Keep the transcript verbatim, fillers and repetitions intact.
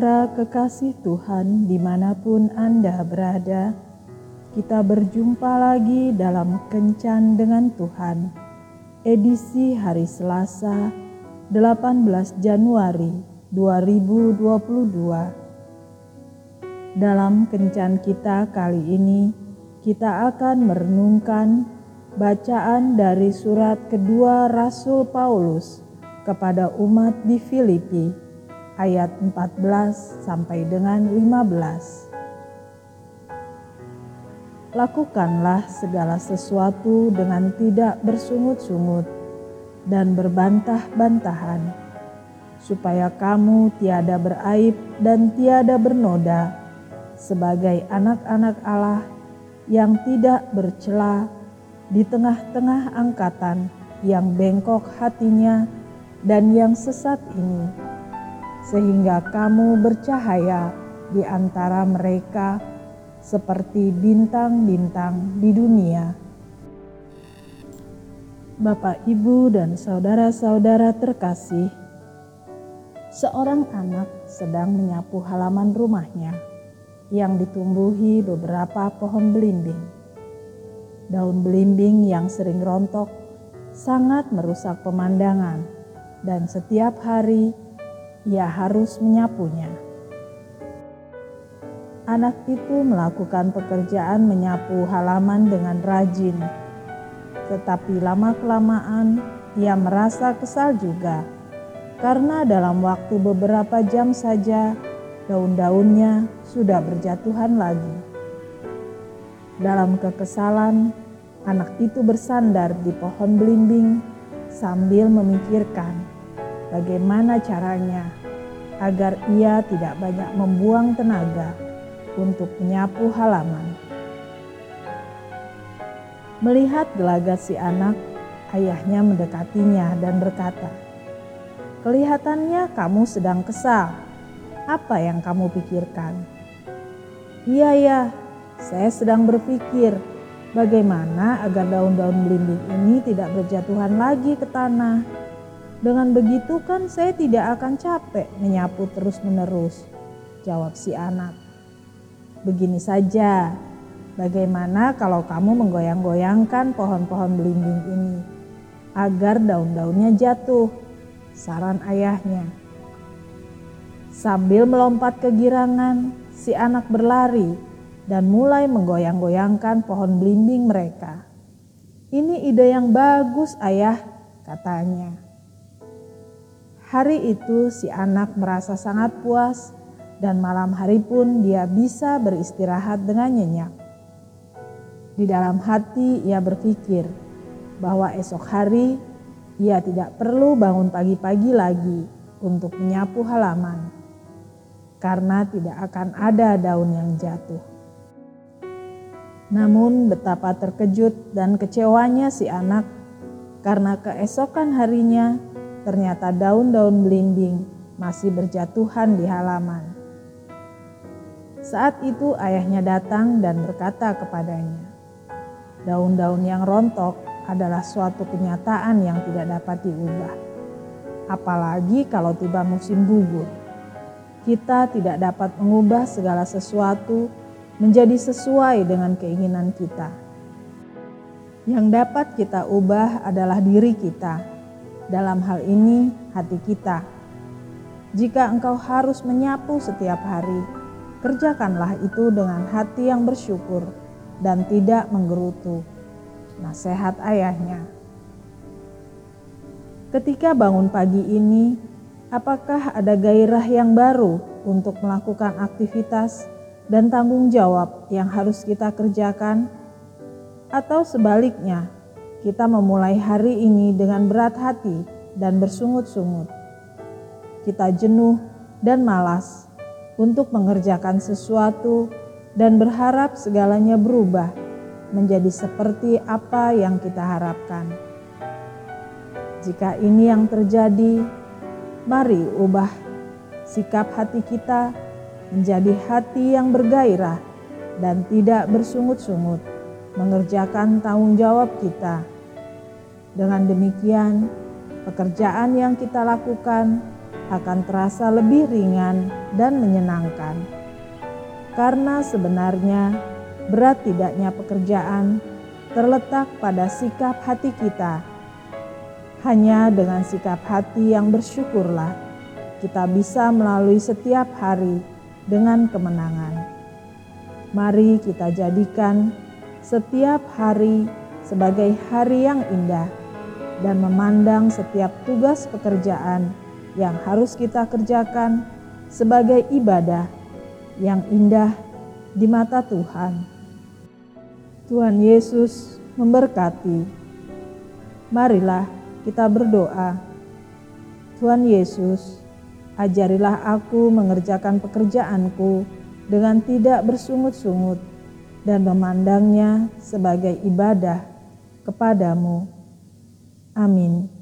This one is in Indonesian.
Saudara kekasih Tuhan dimanapun Anda berada, kita berjumpa lagi dalam Kencan dengan Tuhan, edisi hari Selasa delapan belas Januari dua ribu dua puluh dua. Dalam Kencan kita kali ini, kita akan merenungkan bacaan dari surat kedua Rasul Paulus kepada umat di Filipi, ayat empat belas sampai dengan lima belas. Lakukanlah segala sesuatu dengan tidak bersungut-sungut dan berbantah-bantahan, supaya kamu tiada beraib dan tiada bernoda, sebagai anak-anak Allah yang tidak bercela di tengah-tengah angkatan yang bengkok hatinya dan yang sesat ini, sehingga kamu bercahaya di antara mereka seperti bintang-bintang di dunia. Bapak, Ibu, dan saudara-saudara terkasih, seorang anak sedang menyapu halaman rumahnya yang ditumbuhi beberapa pohon belimbing. Daun belimbing yang sering rontok sangat merusak pemandangan, dan setiap hari ia harus menyapunya. Anak itu melakukan pekerjaan menyapu halaman dengan rajin, tetapi lama-kelamaan ia merasa kesal juga, karena dalam waktu beberapa jam saja daun-daunnya sudah berjatuhan lagi. Dalam kekesalan, anak itu bersandar di pohon belimbing sambil memikirkan bagaimana caranya agar ia tidak banyak membuang tenaga untuk menyapu halaman. Melihat gelagat si anak, ayahnya mendekatinya dan berkata, "Kelihatannya kamu sedang kesal. Apa yang kamu pikirkan?" "Iya ya, saya sedang berpikir bagaimana agar daun-daun belimbing ini tidak berjatuhan lagi ke tanah. Dengan begitu kan saya tidak akan capek menyapu terus-menerus," jawab si anak. "Begini saja, bagaimana kalau kamu menggoyang-goyangkan pohon-pohon belimbing ini agar daun-daunnya jatuh," saran ayahnya. Sambil melompat kegirangan, si anak berlari dan mulai menggoyang-goyangkan pohon belimbing mereka. "Ini ide yang bagus, ayah," katanya. Hari itu si anak merasa sangat puas dan malam hari pun dia bisa beristirahat dengan nyenyak. Di dalam hati ia berpikir bahwa esok hari ia tidak perlu bangun pagi-pagi lagi untuk menyapu halaman, karena tidak akan ada daun yang jatuh. Namun betapa terkejut dan kecewanya si anak karena keesokan harinya ternyata daun-daun belimbing masih berjatuhan di halaman. Saat itu ayahnya datang dan berkata kepadanya, "Daun-daun yang rontok adalah suatu kenyataan yang tidak dapat diubah. Apalagi kalau tiba musim gugur. Kita tidak dapat mengubah segala sesuatu menjadi sesuai dengan keinginan kita. Yang dapat kita ubah adalah diri kita. Dalam hal ini, hati kita. Jika engkau harus menyapu setiap hari, kerjakanlah itu dengan hati yang bersyukur dan tidak menggerutu," nasihat ayahnya. Ketika bangun pagi ini, apakah ada gairah yang baru untuk melakukan aktivitas dan tanggung jawab yang harus kita kerjakan? Atau sebaliknya, kita memulai hari ini dengan berat hati dan bersungut-sungut. Kita jenuh dan malas untuk mengerjakan sesuatu dan berharap segalanya berubah menjadi seperti apa yang kita harapkan. Jika ini yang terjadi, mari ubah sikap hati kita menjadi hati yang bergairah dan tidak bersungut-sungut mengerjakan tanggung jawab kita. Dengan demikian, pekerjaan yang kita lakukan akan terasa lebih ringan dan menyenangkan. Karena sebenarnya berat tidaknya pekerjaan terletak pada sikap hati kita. Hanya dengan sikap hati yang bersyukurlah kita bisa melalui setiap hari dengan kemenangan. Mari kita jadikan setiap hari sebagai hari yang indah dan memandang setiap tugas pekerjaan yang harus kita kerjakan sebagai ibadah yang indah di mata Tuhan. Tuhan Yesus memberkati. Marilah kita berdoa. Tuhan Yesus, ajarilah aku mengerjakan pekerjaanku dengan tidak bersungut-sungut dan memandangnya sebagai ibadah kepadamu. Amin.